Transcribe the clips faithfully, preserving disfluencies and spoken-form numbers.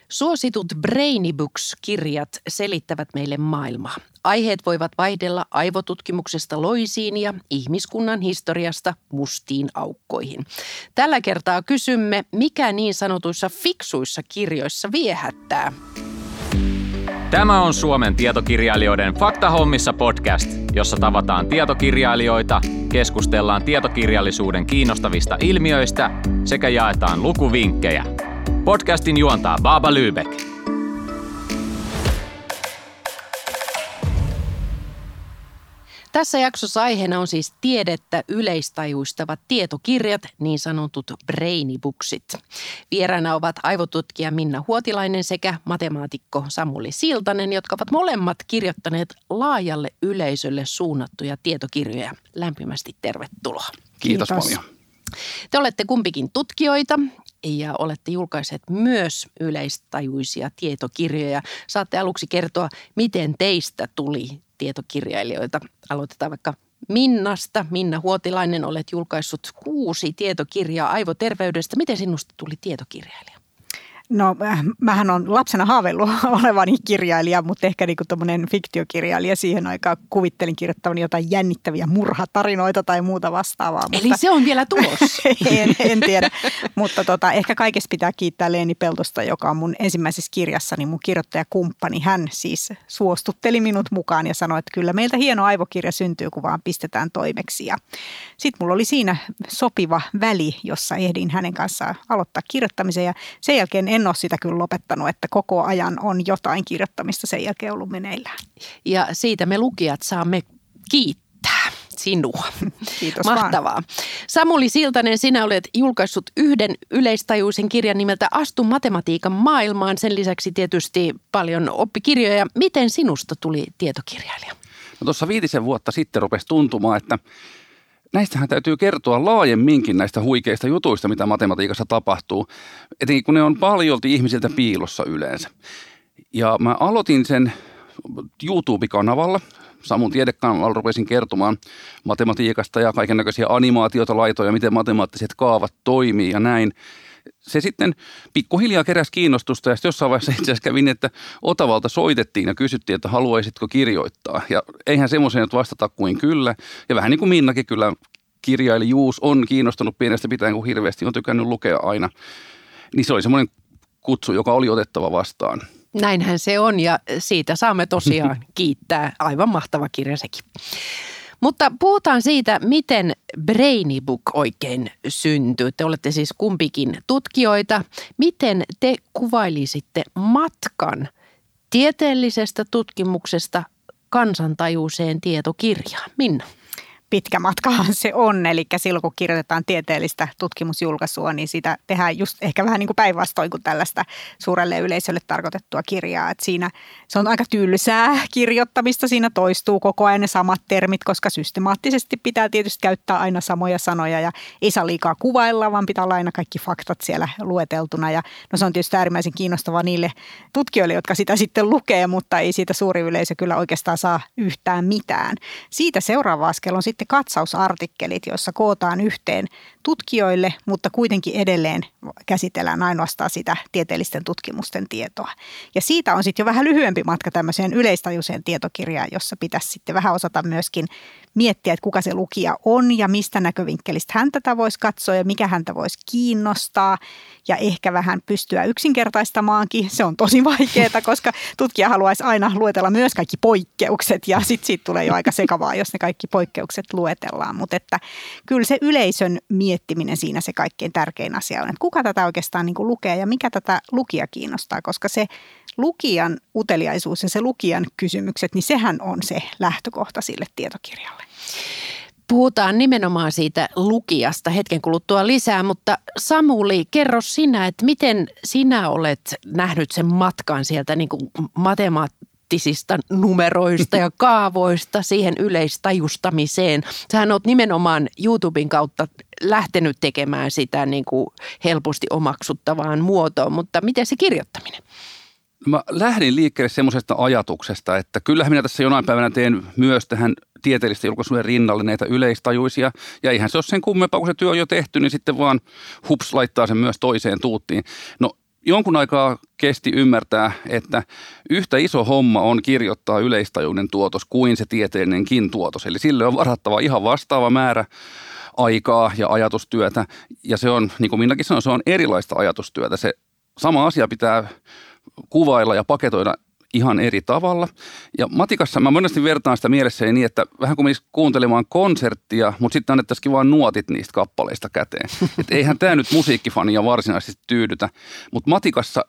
Suositut Brainy Books-kirjat selittävät meille maailmaa. Aiheet voivat vaihdella aivotutkimuksesta loisiin ja ihmiskunnan historiasta mustiin aukkoihin. Tällä kertaa kysymme, mikä niin sanotuissa fiksuissa kirjoissa viehättää. Tämä on Suomen tietokirjailijoiden Faktahommissa podcast, jossa tavataan tietokirjailijoita, keskustellaan tietokirjallisuuden kiinnostavista ilmiöistä sekä jaetaan lukuvinkkejä. Podcastin juontaa Baba Lübeck. Tässä jaksossa aiheena on siis tiedettä yleistajuistavat tietokirjat, niin sanotut Brainy Booksit. Vieraana ovat aivotutkija Minna Huotilainen sekä matemaatikko Samuli Siltanen, jotka ovat molemmat kirjoittaneet laajalle yleisölle suunnattuja tietokirjoja. Lämpimästi tervetuloa. Kiitos, Kiitos paljon. Te olette kumpikin tutkijoita ja olette julkaiseet myös yleistajuisia tietokirjoja. Saatte aluksi kertoa, miten teistä tuli tietokirjailijoita. Aloitetaan vaikka Minnasta. Minna Huotilainen, olet julkaissut kuusi tietokirjaa aivoterveydestä. Miten sinusta tuli tietokirjailija? No, mähän on lapsena haaveillut olevani kirjailija, mutta ehkä niinku tommoinen fiktiokirjailija. Siihen aikaan kuvittelin kirjoittavani jotain jännittäviä murhatarinoita tai muuta vastaavaa. Eli mutta se on vielä tulos? en, en tiedä, mutta tota, ehkä kaikessa pitää kiittää Leeni Peltosta, joka on mun ensimmäisessä kirjassani, mun kirjoittajakumppani. Hän siis suostutteli minut mukaan ja sanoi, että kyllä meiltä hieno aivokirja syntyy, kun vaan pistetään toimeksi. Sitten mulla oli siinä sopiva väli, jossa ehdin hänen kanssaan aloittaa kirjoittamisen ja sen jälkeen en ole sitä kyllä lopettanut, että koko ajan on jotain kirjoittamista sen jälkeen ollut meneillään. Ja siitä me lukijat saamme kiittää sinua. Kiitos Mahtavaa. vaan. Samuli Siltanen, sinä olet julkaissut yhden yleistajuisen kirjan nimeltä Astu matematiikan maailmaan. Sen lisäksi tietysti paljon oppikirjoja. Miten sinusta tuli tietokirjailija? No tuossa viitisen vuotta sitten rupesi tuntumaan, että näistähän täytyy kertoa laajemminkin näistä huikeista jutuista, mitä matematiikassa tapahtuu, etenkin kun ne on paljolti ihmisiltä piilossa yleensä. Ja mä aloitin sen YouTube-kanavalla, Samun tiedekanavalla rupesin kertomaan matematiikasta ja kaikennäköisiä animaatioita, laitoja, miten matemaattiset kaavat toimii ja näin. Se sitten pikkuhiljaa keräsi kiinnostusta ja sitten jossain vaiheessa itse asiassa kävin, että Otavalta soitettiin ja kysyttiin, että haluaisitko kirjoittaa. Ja eihän semmoiseen nyt vastata kuin kyllä. Ja vähän niin kuin Minnakin kyllä kirjailijuus on kiinnostunut pienestä pitäen, kun hirveästi on tykännyt lukea aina. Niin se oli semmoinen kutsu, joka oli otettava vastaan. Näinhän se on ja siitä saamme tosiaan kiittää. Aivan mahtava kirja sekin. Mutta puhutaan siitä, miten Brainy Book oikein syntyy. Te olette siis kumpikin tutkijoita. Miten te kuvailisitte matkan tieteellisestä tutkimuksesta kansantajuiseen tietokirjaan? Minna? Pitkä matkahan se on, eli silloin kun kirjoitetaan tieteellistä tutkimusjulkaisua, niin sitä tehdään just ehkä vähän niin kuin päinvastoin kuin tällaista suurelle yleisölle tarkoitettua kirjaa. Et siinä se on aika tylsää kirjoittamista, siinä toistuu koko ajan ne samat termit, koska systemaattisesti pitää tietysti käyttää aina samoja sanoja ja ei saa liikaa kuvailla, vaan pitää olla aina kaikki faktat siellä lueteltuna. Ja no se on tietysti äärimmäisen kiinnostavaa niille tutkijoille, jotka sitä sitten lukee, mutta ei siitä suuri yleisö kyllä oikeastaan saa yhtään mitään. Siitä seuraava askel on sitten katsausartikkelit, joissa kootaan yhteen tutkijoille, mutta kuitenkin edelleen käsitellään ainoastaan sitä tieteellisten tutkimusten tietoa. Ja siitä on sitten jo vähän lyhyempi matka tämmöiseen yleistajuiseen tietokirjaan, jossa pitäisi sitten vähän osata myöskin miettiä, että kuka se lukija on ja mistä näkövinkkelistä hän tätä voisi katsoa ja mikä häntä voisi kiinnostaa ja ehkä vähän pystyä yksinkertaistamaankin. Se on tosi vaikeaa, koska tutkija haluaisi aina luetella myös kaikki poikkeukset ja sitten siitä tulee jo aika sekavaa, jos ne kaikki poikkeukset luetellaan. Mutta että kyllä se yleisön miettiminen siinä se kaikkein tärkein asia on, että kuka tätä oikeastaan niin kuin lukee ja mikä tätä lukija kiinnostaa, koska se lukijan uteliaisuus ja se lukijan kysymykset, niin sehän on se lähtökohta sille tietokirjalle. Puhutaan nimenomaan siitä lukijasta hetken kuluttua lisää, mutta Samuli, kerro sinä, että miten sinä olet nähnyt sen matkan sieltä niin kuin matemaattisista numeroista ja kaavoista siihen yleistajustamiseen. Sähän olet nimenomaan YouTuben kautta lähtenyt tekemään sitä niin kuin helposti omaksuttavaan muotoon, mutta miten se kirjoittaminen? Mä lähdin liikkeelle semmoisesta ajatuksesta, että kyllähän minä tässä jonain päivänä teen myös tähän tieteellisten julkaisujen rinnalle näitä yleistajuisia. Ja eihän se ole sen kummempaa, kun se työ on jo tehty, niin sitten vaan hups laittaa sen myös toiseen tuuttiin. No jonkun aikaa kesti ymmärtää, että yhtä iso homma on kirjoittaa yleistajuinen tuotos kuin se tieteellinenkin tuotos. Eli sille on varattava ihan vastaava määrä aikaa ja ajatustyötä. Ja se on, niin kuin minäkin sanon, se on erilaista ajatustyötä. Se sama asia pitää kuvailla ja paketoida ihan eri tavalla. Ja matikassa mä monesti vertaan sitä mielessäni niin, että vähän kuin menisi kuuntelemaan konserttia, mutta sitten annettaisikin vaan nuotit niistä kappaleista käteen. Että eihän tämä nyt musiikkifania varsinaisesti tyydytä, mutta matikassa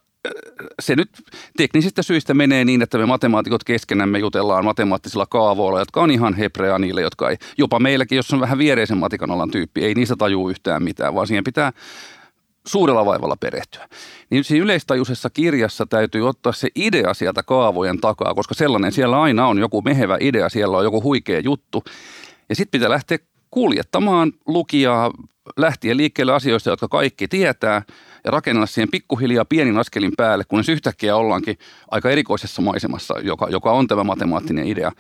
se nyt teknisistä syistä menee niin, että me matemaatikot keskenämme jutellaan matemaattisilla kaavoilla, jotka on ihan hebrea niille, jotka ei, jopa meilläkin, jos on vähän viereisen matikan alan tyyppi, ei niistä tajuu yhtään mitään, vaan siihen pitää suurella vaivalla perehtyä. Niin siinä yleistajuisessa kirjassa täytyy ottaa se idea sieltä kaavojen takaa, koska sellainen siellä aina on, joku mehevä idea, siellä on joku huikea juttu. Ja sitten pitää lähteä kuljettamaan lukijaa lähtien liikkeelle asioista, jotka kaikki tietää, ja rakennella siihen pikkuhiljaa pienin askelin päälle, kunnes yhtäkkiä ollaankin aika erikoisessa maisemassa, joka, joka on tämä matemaattinen idea.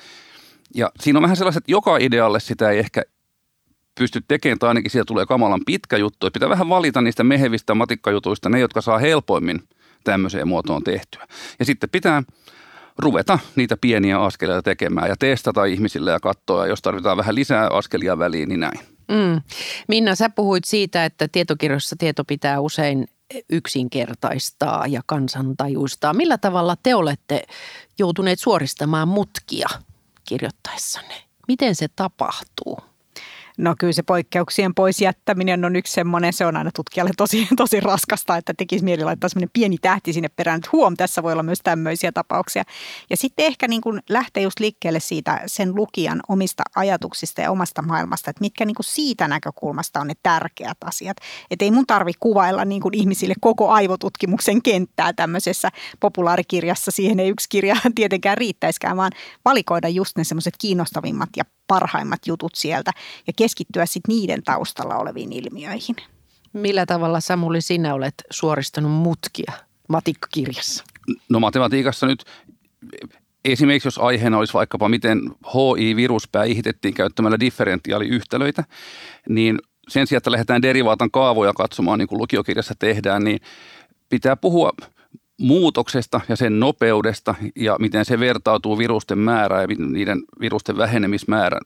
Ja siinä on vähän sellaiset, että joka idealle sitä ei ehkä pysty tekemään, tai ainakin siellä tulee kamalan pitkä juttu. Että pitää vähän valita niistä mehevistä matikkajutuista ne, jotka saa helpoimmin tämmöiseen muotoon tehtyä. Ja sitten pitää ruveta niitä pieniä askeleita tekemään ja testata ihmisille ja katsoa, jos tarvitaan vähän lisää askelia väliin, niin näin. Mm. Minna, sä puhuit siitä, että tietokirjoissa tieto pitää usein yksinkertaistaa ja kansantajuistaa. Millä tavalla te olette joutuneet suoristamaan mutkia kirjoittaessanne? Miten se tapahtuu? No kyllä se poikkeuksien pois jättäminen on yksi semmoinen, se on aina tutkijalle tosi, tosi raskasta, että tekisi mieli laittaa semmoinen pieni tähti sinne perään, että huom, tässä voi olla myös tämmöisiä tapauksia. Ja sitten ehkä niin kuin lähtee just liikkeelle siitä sen lukijan omista ajatuksista ja omasta maailmasta, että mitkä niin kuin siitä näkökulmasta on ne tärkeät asiat. Että ei mun tarvitse kuvailla niin kuin ihmisille koko aivotutkimuksen kenttää tämmöisessä populaarikirjassa, siihen ei yksi kirja tietenkään riittäisikään, vaan valikoida just ne semmoiset kiinnostavimmat ja parhaimmat jutut sieltä ja keskittyä sitten niiden taustalla oleviin ilmiöihin. Millä tavalla, Samuli, sinä olet suoristanut mutkia matikkakirjassa? No matematiikassa nyt esimerkiksi, jos aiheena olisi vaikkapa miten H I-virus päihitettiin käyttämällä differentiaaliyhtälöitä, niin sen sijaan, että lähdetään derivaatan kaavoja katsomaan, niin kuin lukiokirjassa tehdään, niin pitää puhua muutoksesta ja sen nopeudesta ja miten se vertautuu virusten määrään ja niiden virusten vähenemismäärään.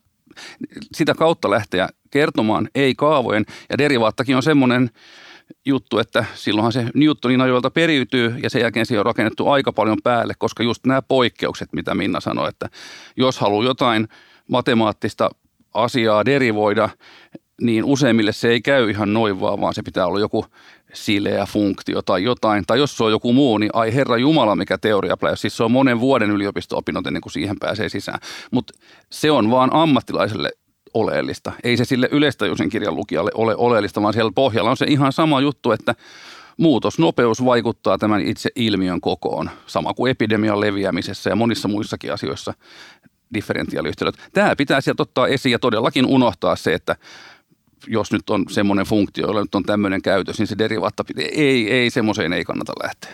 Sitä kautta lähteä kertomaan, ei kaavojen. Ja derivaattakin on semmoinen juttu, että silloinhan se Newtonin ajoilta periytyy ja sen jälkeen siihen on rakennettu aika paljon päälle, koska just nämä poikkeukset, mitä Minna sanoi, että jos haluaa jotain matemaattista asiaa derivoida, niin useimmille se ei käy ihan noin vaan, vaan se pitää olla joku sileä funktio tai jotain. Tai jos se on joku muu, niin ai herra jumala, mikä teoriapläjä. Siis se on monen vuoden yliopisto-opinnot ennen kuin siihen pääsee sisään. Mutta se on vaan ammattilaiselle oleellista. Ei se sille yleistajuisen kirjan lukijalle ole oleellista, vaan siellä pohjalla on se ihan sama juttu, että muutosnopeus vaikuttaa tämän itse ilmiön kokoon. Sama kuin epidemian leviämisessä ja monissa muissakin asioissa differentiaaliyhtälöt. Tämä pitää sieltä ottaa esiin ja todellakin unohtaa se, että jos nyt on semmoinen funktio, jolla nyt on tämmöinen käytös, niin se derivaatta pitää. Ei, ei semmoiseen ei kannata lähteä.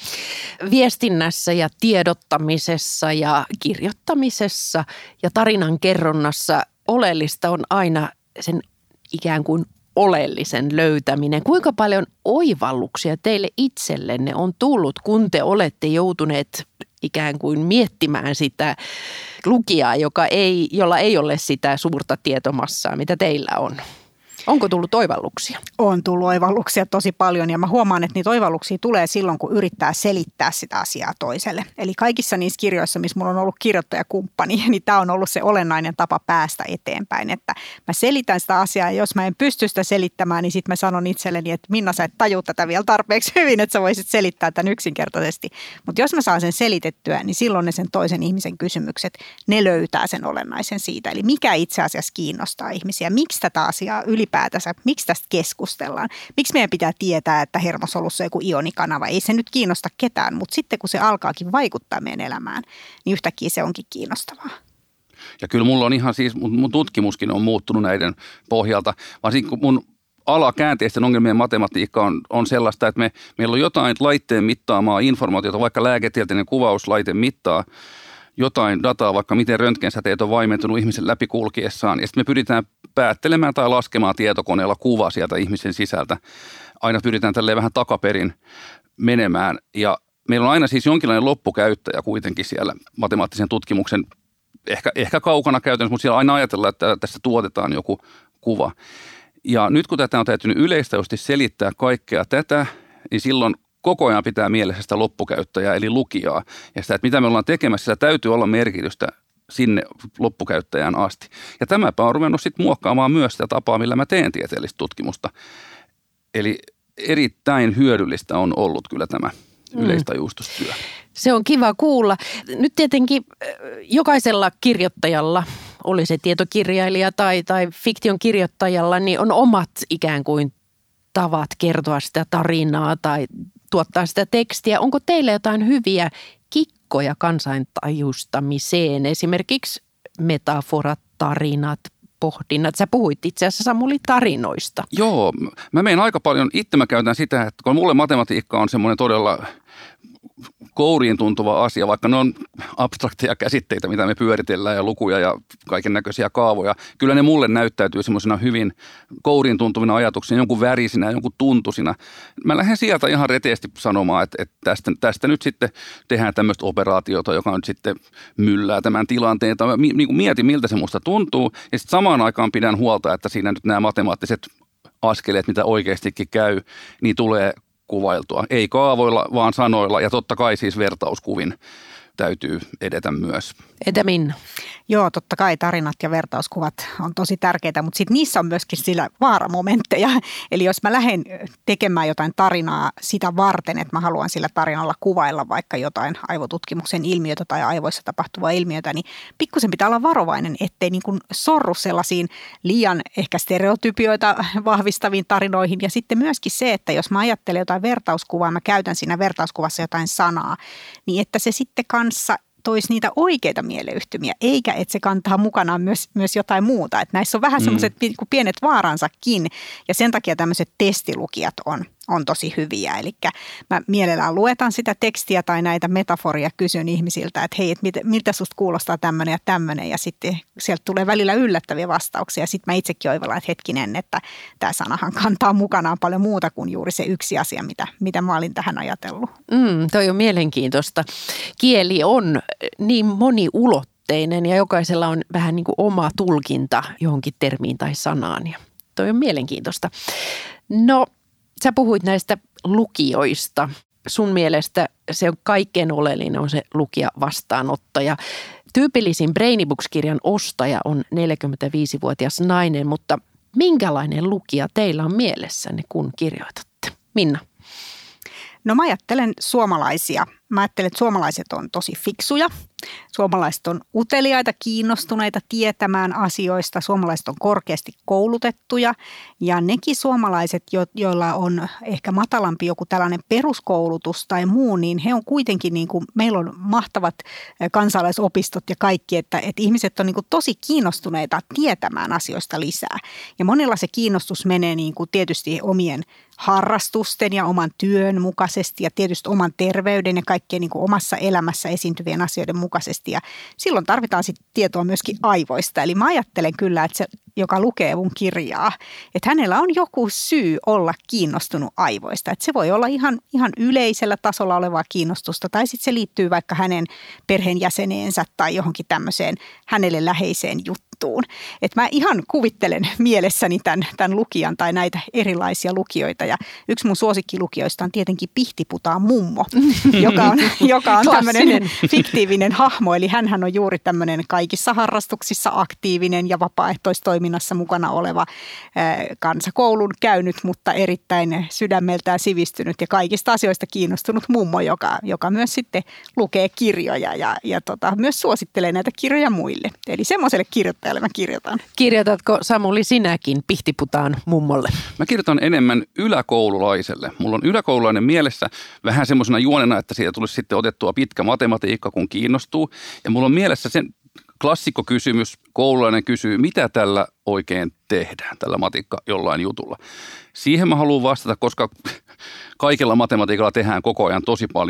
Viestinnässä ja tiedottamisessa ja kirjoittamisessa ja tarinan kerronnassa oleellista on aina sen ikään kuin oleellisen löytäminen. Kuinka paljon oivalluksia teille itsellenne on tullut, kun te olette joutuneet ikään kuin miettimään sitä lukijaa, joka ei, jolla ei ole sitä suurta tietomassaa, mitä teillä on? Onko tullut oivalluksia? On tullut oivalluksia tosi paljon ja mä huomaan, että niitä oivalluksia tulee silloin, kun yrittää selittää sitä asiaa toiselle. Eli kaikissa niissä kirjoissa, missä mulla on ollut kirjoittajakumppani, niin tämä on ollut se olennainen tapa päästä eteenpäin. Että mä selitän sitä asiaa ja jos mä en pysty sitä selittämään, niin sitten mä sanon itselleni, että Minna, sä et tajua tätä vielä tarpeeksi hyvin, että sä voisit selittää tämän yksinkertaisesti. Mutta jos mä saan sen selitettyä, niin silloin ne sen toisen ihmisen kysymykset, ne löytää sen olennaisen siitä. Eli mikä itse asiassa kiinnostaa ihmisiä, miksi tätä asiaa ylipäätään Päätänsä, miksi tästä keskustellaan? Miksi meidän pitää tietää, että hermosolussa on joku ionikanava? Ei se nyt kiinnosta ketään, mutta sitten kun se alkaakin vaikuttaa meidän elämään, niin yhtäkkiä se onkin kiinnostavaa. Ja kyllä mulla on ihan siis, mun tutkimuskin on muuttunut näiden pohjalta, vaan kun mun alakäänteisten ongelmien matematiikka on, on sellaista, että me, meillä on jotain laitteen mittaamaa informaatiota, vaikka lääketieteellinen kuvauslaite mittaa jotain dataa, vaikka miten röntgensäteet on vaimentunut ihmisen läpikulkiessaan, ja sitten me pyritään päättelemään tai laskemaan tietokoneella kuva sieltä ihmisen sisältä. Aina pyritään tälleen vähän takaperin menemään, ja meillä on aina siis jonkinlainen loppukäyttäjä kuitenkin siellä matemaattisen tutkimuksen, ehkä, ehkä kaukana käytännössä, mutta siellä aina ajatellaan, että tässä tuotetaan joku kuva. Ja nyt kun tätä on täytynyt yleistävästi selittää kaikkea tätä, niin silloin koko ajan pitää mielessä sitä loppukäyttäjää, eli lukijaa. Ja sitä, että mitä me ollaan tekemässä, sillä täytyy olla merkitystä sinne loppukäyttäjään asti. Ja tämäpä on ruvennut sitten muokkaamaan myös sitä tapaa, millä mä teen tieteellistä tutkimusta. Eli erittäin hyödyllistä on ollut kyllä tämä yleistajuustustyö. Se on kiva kuulla. Nyt tietenkin jokaisella kirjoittajalla, oli se tietokirjailija tai, tai fiktion kirjoittajalla, niin on omat ikään kuin tavat kertoa sitä tarinaa tai tuottaa sitä tekstiä. Onko teillä jotain hyviä kikkoja kansaintajustamiseen? Esimerkiksi metaforat, tarinat, pohdinnat. Sä puhuit itse asiassa, Samuli, tarinoista. Joo, mä menen aika paljon, itse mä käytän sitä, että kun mulle matematiikka on semmoinen todella kouriin tuntuva asia, vaikka ne on abstrakteja käsitteitä, mitä me pyöritellään ja lukuja ja kaiken näköisiä kaavoja. Kyllä ne mulle näyttäytyy semmoisena hyvin kouriin tuntuvina ajatuksina, jonkun värisinä, jonkun tuntusina. Mä lähden sieltä ihan reteesti sanomaan, että, että tästä, tästä nyt sitten tehdään tämmöistä operaatiota, joka nyt sitten myllää tämän tilanteen. Tai mietin, miltä se musta tuntuu, ja sitten samaan aikaan pidän huolta, että siinä nyt nämä matemaattiset askeleet, mitä oikeastikin käy, niin tulee kuvailtua. Ei kaavoilla, vaan sanoilla, ja totta kai siis vertauskuvin täytyy edetä myös. Entä Minna? Joo, totta kai tarinat ja vertauskuvat on tosi tärkeitä, mutta sitten niissä on myöskin sillä vaaramomentteja. Eli jos mä lähden tekemään jotain tarinaa sitä varten, että mä haluan sillä tarinalla kuvailla vaikka jotain aivotutkimuksen ilmiötä tai aivoissa tapahtuvaa ilmiötä, niin pikkusen pitää olla varovainen, ettei niin kuin sorru sellaisiin liian ehkä stereotypioita vahvistaviin tarinoihin. Ja sitten myöskin se, että jos mä ajattelen jotain vertauskuvaa, mä käytän siinä vertauskuvassa jotain sanaa, niin että se sitten kanssa toisi niitä oikeita mieleyhtymiä, eikä että se kantaa mukanaan myös, myös jotain muuta. Että näissä on vähän mm. semmoiset pienet vaaransakin, ja sen takia tämmöiset testilukijat on, on tosi hyviä. Eli mä mielellään luetan sitä tekstiä tai näitä metaforia, kysyn ihmisiltä, että hei, että mit, miltä susta kuulostaa tämmöinen ja tämmöinen, ja sitten sieltä tulee välillä yllättäviä vastauksia. Sitten mä itsekin oivallan, että hetkinen, että tämä sanahan kantaa mukanaan paljon muuta kuin juuri se yksi asia, mitä, mitä mä olin tähän ajatellut. Mm, toi on mielenkiintoista. Kieli on niin moniulotteinen ja jokaisella on vähän niin kuin oma tulkinta johonkin termiin tai sanaan. Ja toi on mielenkiintoista. No, sä puhuit näistä lukijoista. Sun mielestä se on kaikkein oleellinen on se lukija-vastaanottaja. Tyypillisin Brainy Books-kirjan ostaja on neljäkymmentäviisivuotias nainen, mutta minkälainen lukija teillä on mielessänne, kun kirjoitatte? Minna? No mä ajattelen suomalaisia. Mä ajattelen, että suomalaiset on tosi fiksuja. Suomalaiset on uteliaita, kiinnostuneita tietämään asioista. Suomalaiset on korkeasti koulutettuja ja nekin suomalaiset, joilla on ehkä matalampi joku tällainen peruskoulutus tai muu, niin he on kuitenkin, niin kuin, meillä on mahtavat kansalaisopistot ja kaikki, että, että ihmiset on niin kuin tosi kiinnostuneita tietämään asioista lisää. Ja monilla se kiinnostus menee niin kuin tietysti omien harrastusten ja oman työn mukaisesti ja tietysti oman terveyden ja kaikkien niin kuin omassa elämässä esiintyvien asioiden mukaisesti. Ja silloin tarvitaan sitten tietoa myöskin aivoista. Eli mä ajattelen kyllä, että se, joka lukee mun kirjaa, että hänellä on joku syy olla kiinnostunut aivoista. Että se voi olla ihan, ihan yleisellä tasolla olevaa kiinnostusta tai sitten se liittyy vaikka hänen perheenjäseneensä tai johonkin tämmöiseen hänelle läheiseen juttuun. Että mä ihan kuvittelen mielessäni tämän, tämän lukijan tai näitä erilaisia lukijoita. Ja yksi mun suosikkilukijoista on tietenkin Pihtiputaan mummo, joka on, joka on tämmöinen fiktiivinen hahmo. Eli hänhän on juuri tämmöinen kaikissa harrastuksissa aktiivinen ja vapaaehtoistoiminnassa mukana oleva kansakoulun käynyt, mutta erittäin sydämeltään sivistynyt ja kaikista asioista kiinnostunut mummo, joka, joka myös sitten lukee kirjoja ja, ja tota, myös suosittelee näitä kirjoja muille. Eli semmoiselle kirjoittajalle mä kirjoitan. Kirjoitatko, Samuli, sinäkin Pihtiputaan mummolle? Mä kirjoitan enemmän yläkoululaiselle. Mulla on yläkoululainen mielessä vähän semmoisena juonena, että siitä tulisi sitten otettua pitkä matematiikka, kun kiinnostuu. Ja mulla on mielessä sen klassikkokysymys, koululainen kysyy, mitä tällä oikein tehdään, tällä matikka jollain jutulla. Siihen mä haluan vastata, koska kaikella matematiikalla tehdään koko ajan tosi paljon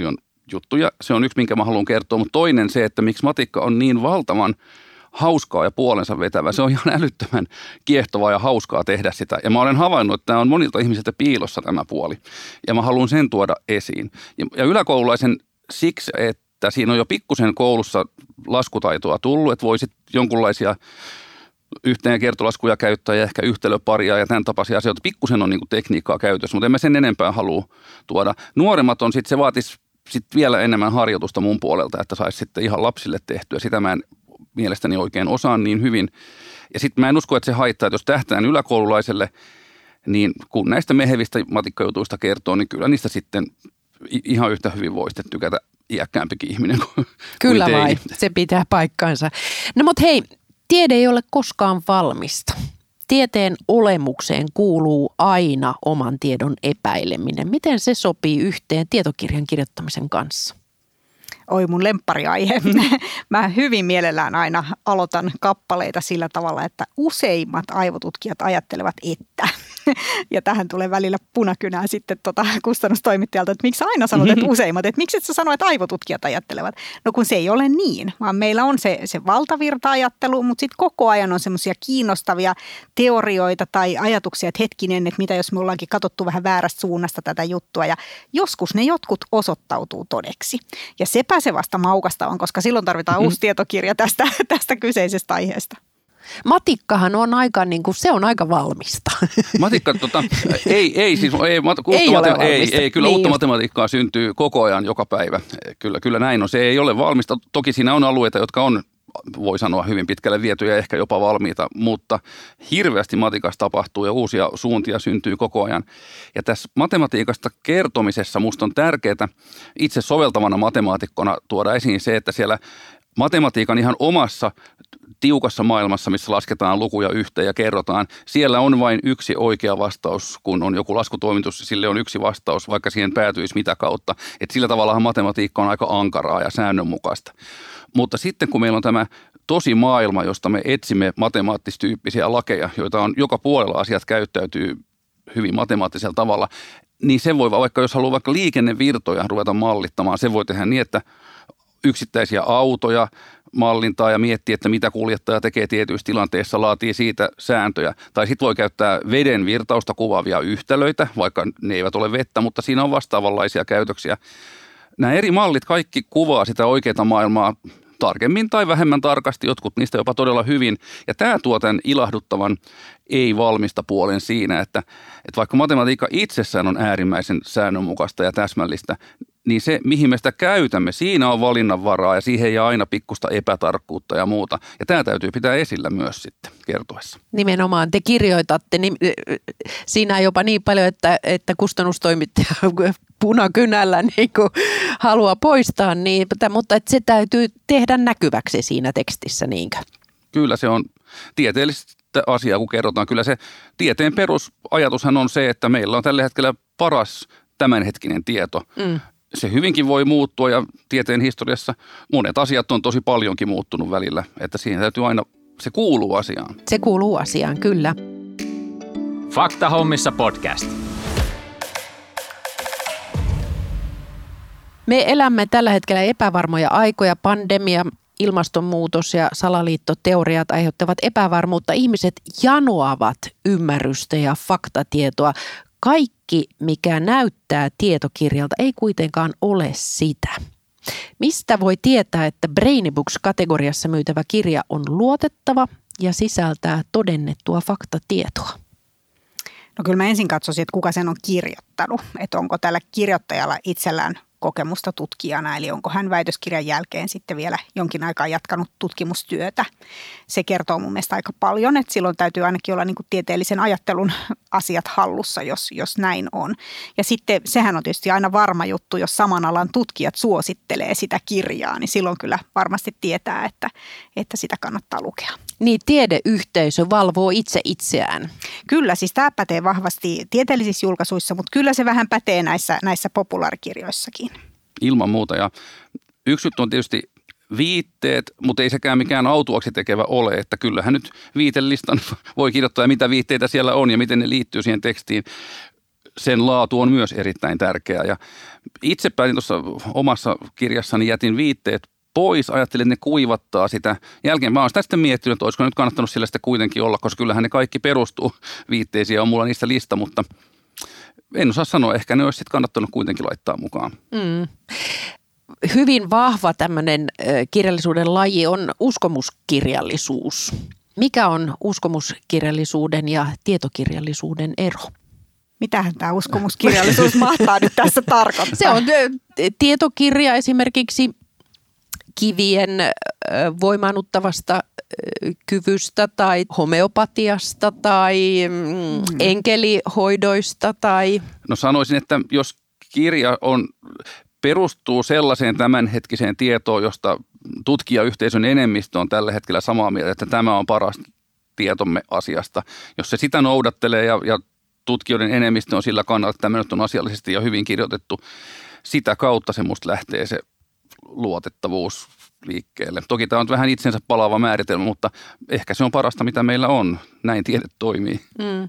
juttuja. Se on yksi, minkä mä haluan kertoa, mutta toinen se, että miksi matikka on niin valtavan hauskaa ja puolensa vetävä. Se on ihan älyttömän kiehtovaa ja hauskaa tehdä sitä. Ja mä olen havainnut, että tämä on monilta ihmisiltä piilossa tämä puoli. Ja mä haluan sen tuoda esiin. Ja yläkoululaisen siksi, että siinä on jo pikkusen koulussa laskutaitoa tullut, että voisit jonkunlaisia yhteen- ja kiertolaskuja käyttää ja ehkä yhtälöparia ja tämän tapaisia asioita. Pikkusen on niin kuin tekniikkaa käytössä, mutta en mä sen enempää halua tuoda. Nuoremmat on sitten, se vaatisi sitten vielä enemmän harjoitusta mun puolelta, että saisi sitten ihan lapsille tehtyä. Sitä mä en mielestäni oikein osaan niin hyvin. Ja sitten mä en usko, että se haittaa, että jos tähtään yläkoululaiselle, niin kun näistä mehevistä matikkajutuista kertoo, niin kyllä niistä sitten ihan yhtä hyvin voi sitten tykätä iäkkäämpikin ihminen kuin Kyllä kuin vai, se pitää paikkansa. No mutta hei, tiede ei ole koskaan valmista. Tieteen olemukseen kuuluu aina oman tiedon epäileminen. Miten se sopii yhteen tietokirjan kirjoittamisen kanssa? Oi mun lemppariaihe. Mä hyvin mielellään aina aloitan kappaleita sillä tavalla, että useimmat aivotutkijat ajattelevat, että. Ja tähän tulee välillä punakynää sitten tota kustannustoimittajalta, että miksi sä aina sanot, että useimmat, että miksi et sä sano, että aivotutkijat ajattelevat. No kun se ei ole niin, vaan meillä on se, se valtavirta-ajattelu, mutta sitten koko ajan on semmoisia kiinnostavia teorioita tai ajatuksia, että hetkinen, että mitä jos me ollaankin katsottu vähän väärästä suunnasta tätä juttua. Ja joskus ne jotkut osoittautuu todeksi. Ja sepä se vasta maukasta on, koska silloin tarvitaan uusi tietokirja tästä, tästä kyseisestä aiheesta. Matikkahan on aika, niin kuin, se on aika valmista. Matikka, tota, ei, ei, siis, ei, mat, ei, matema- ei, ei, kyllä niin uutta matematiikkaa syntyy koko ajan joka päivä. Kyllä, kyllä näin on. Se ei ole valmista. Toki siinä on alueita, jotka on, voi sanoa, hyvin pitkälle vietyjä ja ehkä jopa valmiita, mutta hirveästi matikassa tapahtuu ja uusia suuntia syntyy koko ajan. Ja tässä matematiikasta kertomisessa musta on tärkeää itse soveltavana matemaatikkona tuoda esiin se, että siellä matematiikan ihan omassa tiukassa maailmassa, missä lasketaan lukuja yhteen ja kerrotaan, siellä on vain yksi oikea vastaus, kun on joku laskutoimitus, sille on yksi vastaus, vaikka siihen päätyisi mitä kautta. Et sillä tavallahan matematiikka on aika ankaraa ja säännönmukaista. Mutta sitten kun meillä on tämä tosi maailma, josta me etsimme matemaattistyyppisiä lakeja, joita on joka puolella asiat käyttäytyy hyvin matemaattisella tavalla, niin se voi, vaikka jos haluaa vaikka liikennevirtoja ruveta mallittamaan, se voi tehdä niin, että yksittäisiä autoja mallintaa ja miettiä, että mitä kuljettaja tekee tietyissä tilanteissa, laatii siitä sääntöjä. Tai sitten voi käyttää veden virtausta kuvaavia yhtälöitä, vaikka ne eivät ole vettä, mutta siinä on vastaavanlaisia käytöksiä. Nämä eri mallit kaikki kuvaa sitä oikeaa maailmaa tarkemmin tai vähemmän tarkasti, jotkut niistä jopa todella hyvin. Ja tämä tuo tämän ilahduttavan ei-valmista puolen siinä, että, että vaikka matematiikka itsessään on äärimmäisen säännönmukaista ja täsmällistä, niin se, mihin me sitä käytämme, siinä on valinnanvaraa ja siihen ei aina pikkusta epätarkkuutta ja muuta. Ja tämä täytyy pitää esillä myös sitten kertoessa. Nimenomaan te kirjoitatte niin, siinä jopa niin paljon, että, että kustannustoimittaja punakynällä niin kuin haluaa poistaa niitä, mutta että se täytyy tehdä näkyväksi siinä tekstissä, niinkö? Kyllä se on tieteellistä asiaa, kun kerrotaan. Kyllä se tieteen perusajatushan on se, että meillä on tällä hetkellä paras tämänhetkinen tieto. Mm. Se hyvinkin voi muuttua ja tieteen historiassa monet asiat on tosi paljonkin muuttunut välillä, että siihen täytyy aina, se kuuluu asiaan. Se kuuluu asiaan, kyllä. Fakta hommissa podcast. Me elämme tällä hetkellä epävarmoja aikoja. Pandemia, ilmastonmuutos ja salaliittoteoriat aiheuttavat epävarmuutta. Ihmiset janoavat ymmärrystä ja faktatietoa. Kaikki, mikä näyttää tietokirjalta, ei kuitenkaan ole sitä. Mistä voi tietää, että Brainybooks-kategoriassa myytävä kirja on luotettava ja sisältää todennettua faktatietoa? No kyllä mä ensin katsoisin, että kuka sen on kirjoittanut. Että onko tällä kirjoittajalla itsellään kokemusta tutkijana, eli onko hän väitöskirjan jälkeen sitten vielä jonkin aikaa jatkanut tutkimustyötä. Se kertoo mun mielestä aika paljon, että silloin täytyy ainakin olla niin kuin tieteellisen ajattelun asiat hallussa, jos, jos näin on. Ja sitten sehän on tietysti aina varma juttu, jos saman alan tutkijat suosittelee sitä kirjaa, niin silloin kyllä varmasti tietää, että, että sitä kannattaa lukea. Niin tiedeyhteisö valvoo itse itseään. Kyllä, siis tämä pätee vahvasti tieteellisissä julkaisuissa, mutta kyllä se vähän pätee näissä, näissä populaarikirjoissakin. Ilman muuta. Ja yksi juttu on tietysti viitteet, mutta ei sekään mikään autuaksi tekevä ole, että kyllähän nyt viitelistan voi kirjoittaa, mitä viitteitä siellä on ja miten ne liittyy siihen tekstiin. sen laatu on myös erittäin tärkeää. Ja itse päätin tuossa omassa kirjassani, jätin viitteet pois, ajattelin, että ne kuivattaa sitä. Jälkeen mä oon sitä sitten miettinyt, että olisiko nyt kannattanut sillä sitä kuitenkin olla, koska kyllähän ne kaikki perustuu viitteisiin ja on mulla niistä lista, mutta en osaa sanoa, ehkä ne olisi sitten kannattanut kuitenkin laittaa mukaan. Mm. Hyvin vahva tämmöinen kirjallisuuden laji on uskomuskirjallisuus. Mikä on uskomuskirjallisuuden ja tietokirjallisuuden ero? Mitähän tämä uskomuskirjallisuus mahtaa nyt tässä tarkoittaa? Se on tietokirja esimerkiksi kivien voimaannuttavasta kyvystä tai homeopatiasta tai mm. enkelihoidoista tai... No sanoisin, että jos kirja on, perustuu sellaiseen tämänhetkiseen tietoon, josta tutkijayhteisön enemmistö on tällä hetkellä samaa mieltä, että tämä on paras tietomme asiasta. Jos se sitä noudattelee ja, ja tutkijoiden enemmistö on sillä kannalla, että tämä nyt on asiallisesti ja hyvin kirjoitettu, sitä kautta se musta lähtee se luotettavuus liikkeelle. Toki tämä on vähän itsensä palaava määritelmä, mutta ehkä se on parasta, mitä meillä on. Näin tiede toimii. Mm.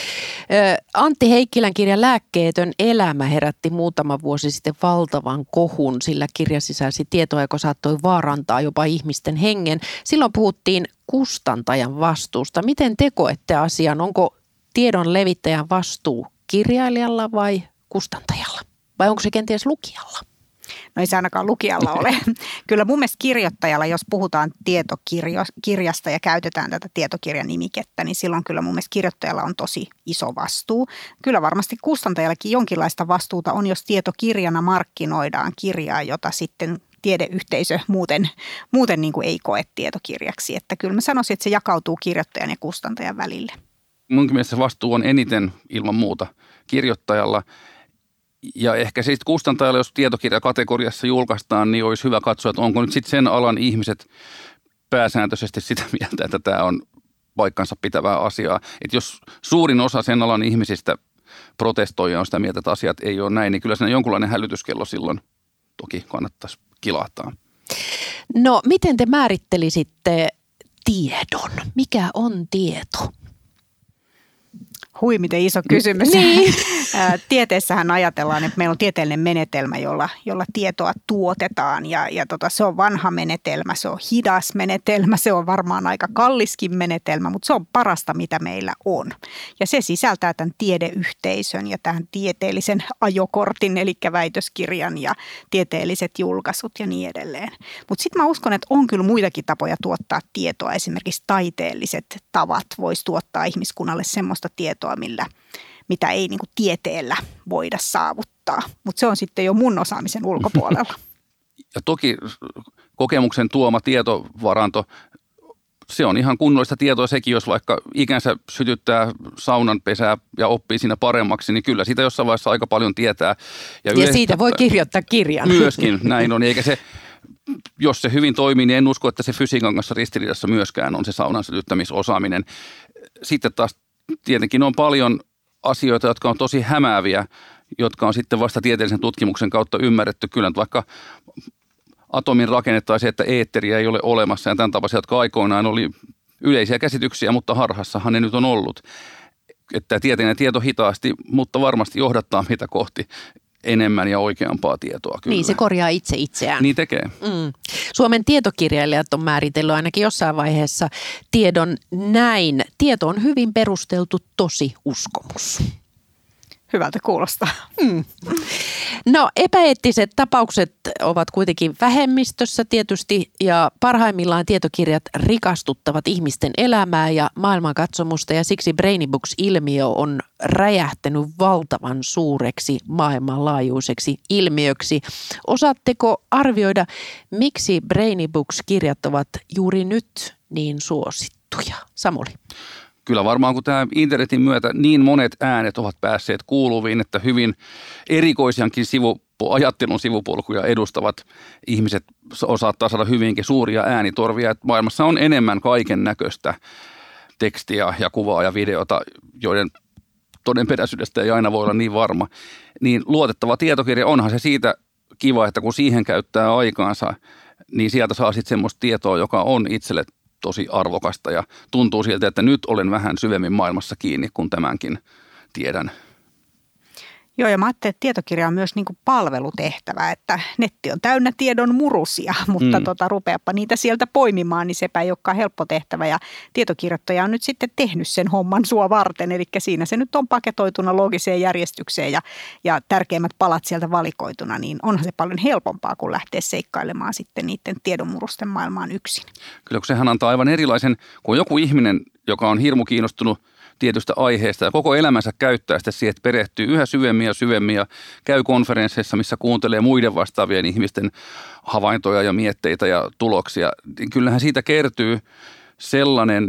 Antti Heikkilän kirja Lääkkeetön elämä herätti muutama vuosi sitten valtavan kohun, sillä kirja sisälsi tietoa, joka saattoi vaarantaa jopa ihmisten hengen. Silloin puhuttiin kustantajan vastuusta. Miten te koette asian? Onko tiedon levittäjän vastuu kirjailijalla vai kustantajalla? Vai onko se kenties lukijalla? No ei se ainakaan lukijalla ole. Kyllä mun mielestä kirjoittajalla, jos puhutaan tietokirjasta ja käytetään tätä tietokirjanimikettä, niin silloin kyllä mun mielestä kirjoittajalla on tosi iso vastuu. Kyllä varmasti kustantajallakin jonkinlaista vastuuta on, jos tietokirjana markkinoidaan kirjaa, jota sitten tiedeyhteisö muuten, muuten niin kuin ei koe tietokirjaksi. Että kyllä mä sanoisin, että se jakautuu kirjoittajan ja kustantajan välille. Mun mielestä se vastuu on eniten ilman muuta kirjoittajalla. Ja ehkä sitten kustantajalle, jos tietokirjakategoriassa julkaistaan, niin olisi hyvä katsoa, että onko nyt sitten sen alan ihmiset pääsääntöisesti sitä mieltä, että tämä on paikkansa pitävää asiaa. Että jos suurin osa sen alan ihmisistä protestoija on sitä mieltä, että asiat ei ole näin, niin kyllä siinä jonkunlainen hälytyskello silloin toki kannattaisi kilahtaa. No miten te määrittelisitte tiedon? Mikä on tieto? Hui, miten iso kysymys. Niin. Tieteessähän ajatellaan, että meillä on tieteellinen menetelmä, jolla, jolla tietoa tuotetaan ja, ja tota, se on vanha menetelmä, se on hidas menetelmä, se on varmaan aika kalliskin menetelmä, mutta se on parasta, mitä meillä on. Ja se sisältää tämän tiedeyhteisön ja tämän tieteellisen ajokortin, eli väitöskirjan ja tieteelliset julkaisut ja niin edelleen. Mutta sitten mä uskon, että on kyllä muitakin tapoja tuottaa tietoa, esimerkiksi taiteelliset tavat voisi tuottaa ihmiskunnalle semmoista tietoa, millä mitä ei niin kuin tieteellä voida saavuttaa. Mutta se on sitten jo mun osaamisen ulkopuolella. Ja toki kokemuksen tuoma tietovaranto, se on ihan kunnollista tietoa sekin, jos vaikka ikänsä sytyttää saunan pesää ja oppii siinä paremmaksi, niin kyllä siitä jossain vaiheessa aika paljon tietää. Ja, ja siitä voi kirjoittaa kirjan. Myöskin, näin on. Eikä se, jos se hyvin toimii, niin en usko, että se fysiikan kanssa ristiriidassa myöskään on se saunan sytyttämisosaaminen. Sitten taas tietenkin on paljon asioita, jotka on tosi hämääviä, jotka on sitten vasta tieteellisen tutkimuksen kautta ymmärretty. Kyllä vaikka atomin rakenne tai se, että eetteriä ei ole olemassa ja tämän tapaisia, jotka aikoinaan oli yleisiä käsityksiä, mutta harhassahan ne nyt on ollut. Että tieteellinen tieto hitaasti, mutta varmasti johdattaa meitä kohti enemmän ja oikeampaa tietoa. Kyllä. Niin, se korjaa itse itseään. Niin tekee. Mm. Suomen tietokirjailijat on määritellyt ainakin jossain vaiheessa tiedon näin. Tieto on hyvin perusteltu tosi-uskomus. Hyvältä kuulostaa. Mm. No epäeettiset tapaukset ovat kuitenkin vähemmistössä tietysti ja parhaimmillaan tietokirjat rikastuttavat ihmisten elämää ja maailmankatsomusta ja siksi Brainy Books-ilmiö on räjähtänyt valtavan suureksi maailmanlaajuiseksi ilmiöksi. Osaatteko arvioida, miksi Brainy Books-kirjat ovat juuri nyt niin suosittuja? Samuli. Kyllä varmaan, kun tämä internetin myötä niin monet äänet ovat päässeet kuuluviin, että hyvin erikoisiankin sivu, ajattelun sivupolkuja edustavat ihmiset saattaa saada hyvinkin suuria äänitorvia. Että maailmassa on enemmän kaiken näköistä tekstiä ja kuvaa ja videota, joiden todenperäisyydestä ei aina voi olla niin varma. Niin luotettava tietokirja, onhan se siitä kiva, että kun siihen käyttää aikaansa, niin sieltä saa sitten semmoista tietoa, joka on itselle tosi arvokasta ja tuntuu siltä, että nyt olen vähän syvemmin maailmassa kiinni, kun tämänkin tiedän. Joo, ja mä ajattelin, että tietokirja on myös niin kuin palvelutehtävä, että netti on täynnä tiedon murusia, mutta mm. tota, rupeapa niitä sieltä poimimaan, niin sepä ei olekaan helppo tehtävä. Ja tietokirjoittaja on nyt sitten tehnyt sen homman sua varten, eli siinä se nyt on paketoituna logiseen järjestykseen ja, ja tärkeimmät palat sieltä valikoituna, niin onhan se paljon helpompaa, kun lähtee seikkailemaan sitten niiden tiedonmurusten maailmaan yksin. Kyllä, kun sehän antaa aivan erilaisen, kun joku ihminen, joka on hirmu kiinnostunut tietystä aiheesta ja koko elämänsä käyttää sitä siihen, että perehtyy yhä syvemmin ja syvemmin ja käy konferensseissa, missä kuuntelee muiden vastaavien ihmisten havaintoja ja mietteitä ja tuloksia. Niin kyllähän siitä kertyy sellainen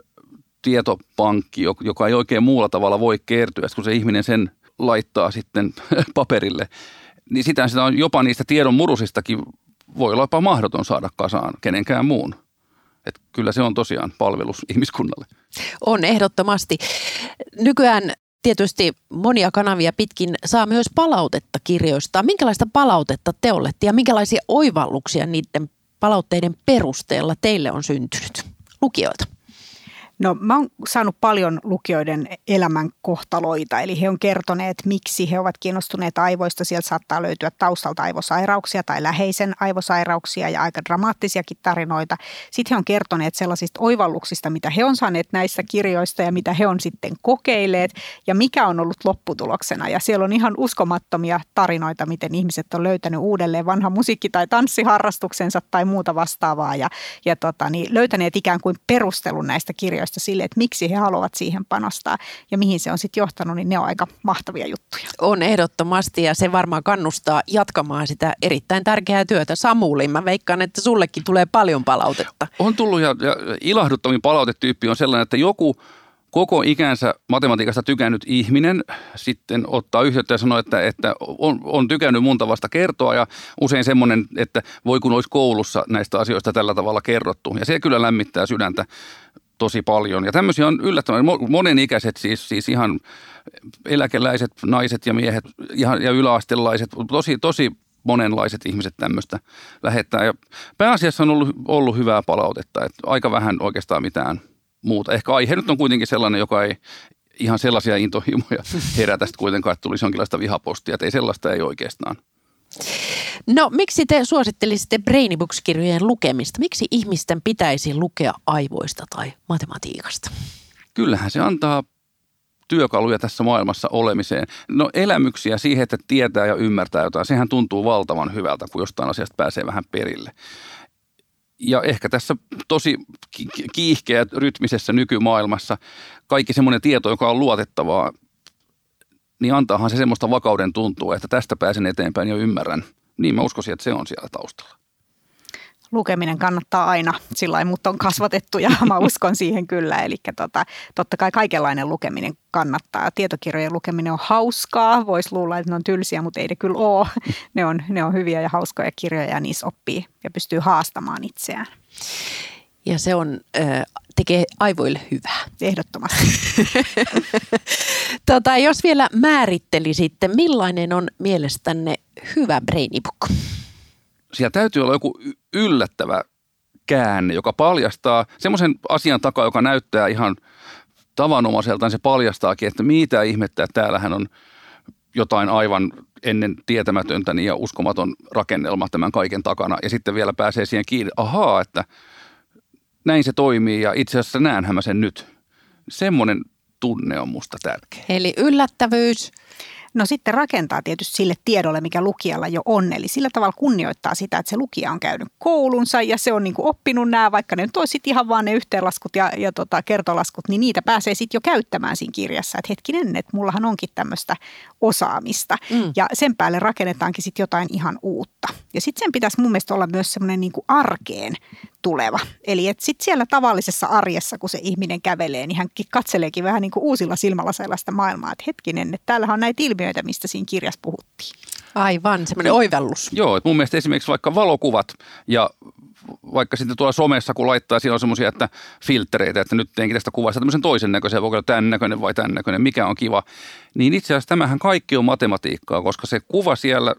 tietopankki, joka ei oikein muulla tavalla voi kertyä, kun se ihminen sen laittaa sitten paperille. Niin sitä, sitä on jopa niistä tiedon murusistakin voi olla jopa mahdoton saada kasaan kenenkään muun. Että kyllä se on tosiaan palvelus ihmiskunnalle. On ehdottomasti. Nykyään tietysti monia kanavia pitkin saa myös palautetta kirjoista. Minkälaista palautetta te olette ja minkälaisia oivalluksia niiden palautteiden perusteella teille on syntynyt lukijoilta? No mä oon saanut paljon lukijoiden elämän kohtaloita, eli he on kertoneet, miksi he ovat kiinnostuneet aivoista. Sieltä saattaa löytyä taustalta aivosairauksia tai läheisen aivosairauksia ja aika dramaattisiakin tarinoita. Sitten he on kertoneet sellaisista oivalluksista, mitä he on saaneet näistä kirjoista ja mitä he on sitten kokeilleet ja mikä on ollut lopputuloksena. Ja siellä on ihan uskomattomia tarinoita, miten ihmiset on löytänyt uudelleen vanha musiikki- tai tanssiharrastuksensa tai muuta vastaavaa ja, ja tota, niin löytäneet ikään kuin perustelun näistä kirjoista sille, että miksi he haluavat siihen panostaa ja mihin se on sitten johtanut, niin ne on aika mahtavia juttuja. On ehdottomasti ja se varmaan kannustaa jatkamaan sitä erittäin tärkeää työtä. Samuli, mä veikkaan, että sullekin tulee paljon palautetta. On tullut ja, ja ilahduttavin palautetyyppi on sellainen, että joku koko ikänsä matematiikasta tykännyt ihminen sitten ottaa yhteyttä ja sanoo, että, että on, on tykännyt mun tavasta kertoa ja usein semmoinen, että voi kun olisi koulussa näistä asioista tällä tavalla kerrottu ja se kyllä lämmittää sydäntä tosi paljon. Ja tämmöisiä on yllättävän monenikäiset, siis, siis ihan eläkeläiset, naiset ja miehet ihan, ja yläastelaiset, tosi, tosi monenlaiset ihmiset tämmöistä lähettää. Ja pääasiassa on ollut, ollut hyvää palautetta, että aika vähän oikeastaan mitään muuta. Ehkä aihe nyt on kuitenkin sellainen, joka ei ihan sellaisia intohimoja herätä kuitenkaan, että tulisi jonkinlaista vihapostia, että ei sellaista ei oikeastaan. No miksi te suosittelisitte Brainibooks-kirjojen lukemista? Miksi ihmisten pitäisi lukea aivoista tai matematiikasta? Kyllähän se antaa työkaluja tässä maailmassa olemiseen. No elämyksiä siihen, että tietää ja ymmärtää jotain. Sehän tuntuu valtavan hyvältä, kun jostain asiasta pääsee vähän perille. Ja ehkä tässä tosi kiihkeä rytmisessä nykymaailmassa kaikki semmoinen tieto, joka on luotettavaa, niin antaahan se semmoista vakauden tuntua, että tästä pääsen eteenpäin ja ymmärrän. Niin mä uskoisin, että se on siellä taustalla. Lukeminen kannattaa aina, sillä mut on kasvatettu ja mä uskon siihen kyllä. Eli tota, totta kai kaikenlainen lukeminen kannattaa. Tietokirjojen lukeminen on hauskaa. Voisi luulla, että ne on tylsiä, mutta ei ne kyllä ole. Ne on, ne on hyviä ja hauskoja kirjoja ja niissä oppii ja pystyy haastamaan itseään. Ja se on, äh, tekee aivoille hyvää. Ehdottomasti. tota, jos vielä määrittelisitte, millainen on mielestänne hyvä Brainibook? Siellä täytyy olla joku yllättävä käänne, joka paljastaa semmoisen asian takaa, joka näyttää ihan tavanomaiseltaan. Se paljastaakin, että mitä ihmettä, että täällähän on jotain aivan ennen tietämätöntä ja uskomaton rakennelma tämän kaiken takana. Ja sitten vielä pääsee siihen kiinni, ahaa, että näin se toimii ja itse asiassa näenhän mä sen nyt. Semmoinen tunne on musta tärkeä. Eli yllättävyys. No sitten rakentaa tietysti sille tiedolle, mikä lukijalla jo on. Eli sillä tavalla kunnioittaa sitä, että se lukija on käynyt koulunsa ja se on niin kuin oppinut nämä, vaikka ne nyt olisi ihan vaan ne yhteenlaskut ja, ja tota, kertolaskut, niin niitä pääsee sitten jo käyttämään siinä kirjassa. Että hetkinen, että mullahan onkin tämmöistä osaamista. Mm. Ja sen päälle rakennetaankin sitten jotain ihan uutta. Ja sitten sen pitäisi mun mielestä olla myös semmoinen niin kuin arkeen tuleva. Eli että sitten siellä tavallisessa arjessa, kun se ihminen kävelee, niin hän katseleekin vähän niin kuin uusilla silmällä sellaista maailmaa, että hetkinen, että täällähän on näitä ilmiöitä, mistä siinä kirjassa puhuttiin. Aivan, semmoinen oivallus. Joo, että mun mielestä esimerkiksi vaikka valokuvat ja vaikka sitten tuolla somessa, kun laittaa, siinä on semmoisia, että filtreitä, että nyt teenkin tästä kuvasta tämmöisen toisen näköisen, voiko olla tämän näköinen vai tämän näköinen, mikä on kiva. Niin itse asiassa tämähän kaikki on matematiikkaa, koska se kuva siellä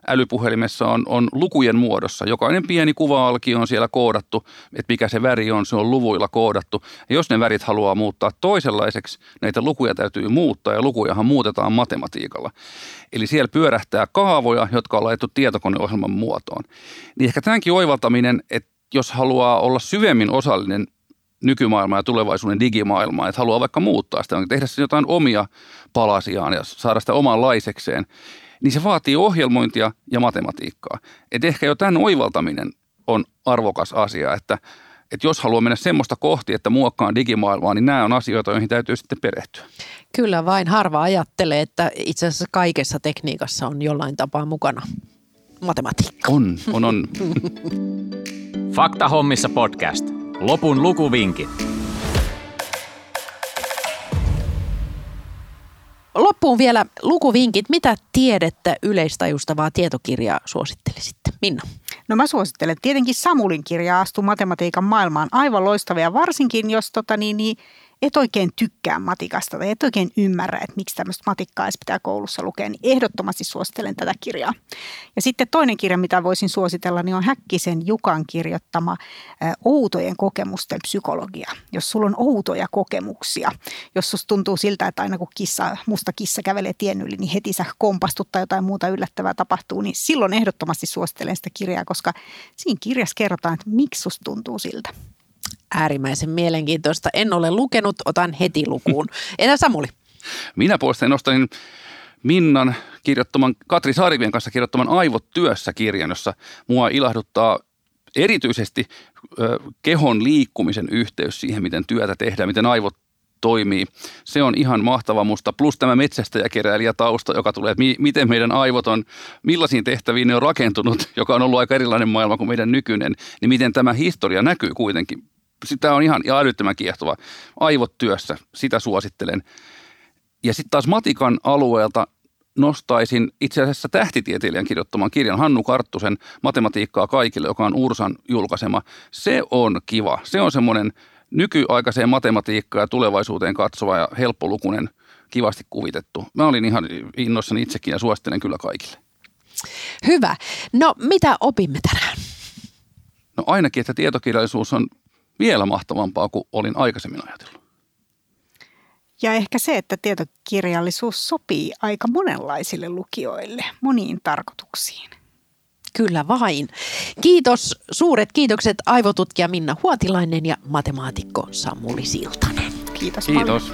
älypuhelimessa on, on lukujen muodossa. Jokainen pieni kuva-alkio on siellä koodattu, että mikä se väri on, se on luvuilla koodattu. Ja jos ne värit haluaa muuttaa toisenlaiseksi, näitä lukuja täytyy muuttaa ja lukujahan muutetaan matematiikalla. Eli siellä pyörähtää kaavoja, jotka on laitettu tietokoneohjelman muotoon. Niin ehkä tämänkin oivaltaminen, että jos haluaa olla syvemmin osallinen nykymaailmaa ja tulevaisuuden digimaailmaa, että haluaa vaikka muuttaa sitä, tehdä se jotain omia palasiaan ja saada sitä omanlaisekseen, niin se vaatii ohjelmointia ja matematiikkaa. Et ehkä jo tämän oivaltaminen on arvokas asia, että, että jos haluaa mennä semmoista kohti, että muokkaan digimaailmaa, niin nämä on asioita, joihin täytyy sitten perehtyä. Kyllä vain harva ajattelee, että itse asiassa kaikessa tekniikassa on jollain tapaa mukana matematiikka. On, on, on. Fakta hommissa podcast. Lopun lukuvinkit. Loppuun vielä lukuvinkit. Mitä tiedettä yleistajustavaa tietokirjaa suosittelisitte? Minna? No mä suosittelen tietenkin Samulin kirjaa Astu matematiikan maailmaan. Aivan loistavia, varsinkin jos tota, niin, niin, et oikein tykkää matikasta tai et oikein ymmärrä, että miksi tämmöistä matikkaa edes pitää koulussa lukea, niin ehdottomasti suosittelen tätä kirjaa. Ja sitten toinen kirja, mitä voisin suositella, niin on Häkkisen Jukan kirjoittama ä, Outojen kokemusten psykologia. Jos sulla on outoja kokemuksia, jos susta tuntuu siltä, että aina kun kissa, musta kissa kävelee tien yli, niin heti sä kompastut tai jotain muuta yllättävää tapahtuu, niin silloin ehdottomasti suosittelen sitä kirjaa, koska siinä kirjassa kerrotaan, että miksi susta tuntuu siltä. Äärimmäisen mielenkiintoista. En ole lukenut, otan heti lukuun. Entä Samuli? Minä puolestani nostan Minnan kirjoittaman, Katri Saarivien kanssa kirjoittaman Aivot työssä -kirjan, jossa mua ilahduttaa erityisesti ö, kehon liikkumisen yhteys siihen, miten työtä tehdään, miten aivot toimii. Se on ihan mahtava musta. Plus tämä metsästäjäkeräilijätausta, joka tulee, että mi- miten meidän aivot on, millaisiin tehtäviin ne on rakentunut, joka on ollut aika erilainen maailma kuin meidän nykyinen, niin miten tämä historia näkyy kuitenkin. Sitä on ihan älyttömän kiehtova. Aivot työssä, sitä suosittelen. Ja sitten taas matikan alueelta nostaisin itse asiassa tähtitieteilijän kirjoittaman kirjan Hannu Karttusen Matematiikkaa kaikille, joka on Ursan julkaisema. Se on kiva. Se on semmoinen nykyaikaiseen matematiikkaan ja tulevaisuuteen katsova ja helppolukunen, kivasti kuvitettu. Mä olin ihan innoissani itsekin ja suosittelen kyllä kaikille. Hyvä. No mitä opimme tänään? No ainakin, että tietokirjallisuus on vielä mahtavampaa kuin olin aikaisemmin ajatellut. Ja ehkä se, että tietokirjallisuus sopii aika monenlaisille lukijoille, moniin tarkoituksiin. Kyllä vain. Kiitos, suuret kiitokset aivotutkija Minna Huotilainen ja matemaatikko Samuli Siltanen. Kiitos. Kiitos.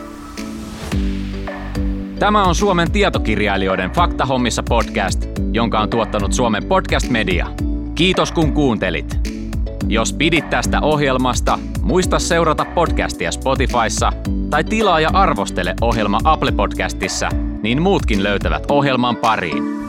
Tämä on Suomen tietokirjailijoiden Fakta hommissa podcast, jonka on tuottanut Suomen Podcast Media. Kiitos kun kuuntelit. Jos pidit tästä ohjelmasta, muista seurata podcastia Spotifyssa tai tilaa ja arvostele ohjelma Apple Podcastissa, niin muutkin löytävät ohjelman pariin.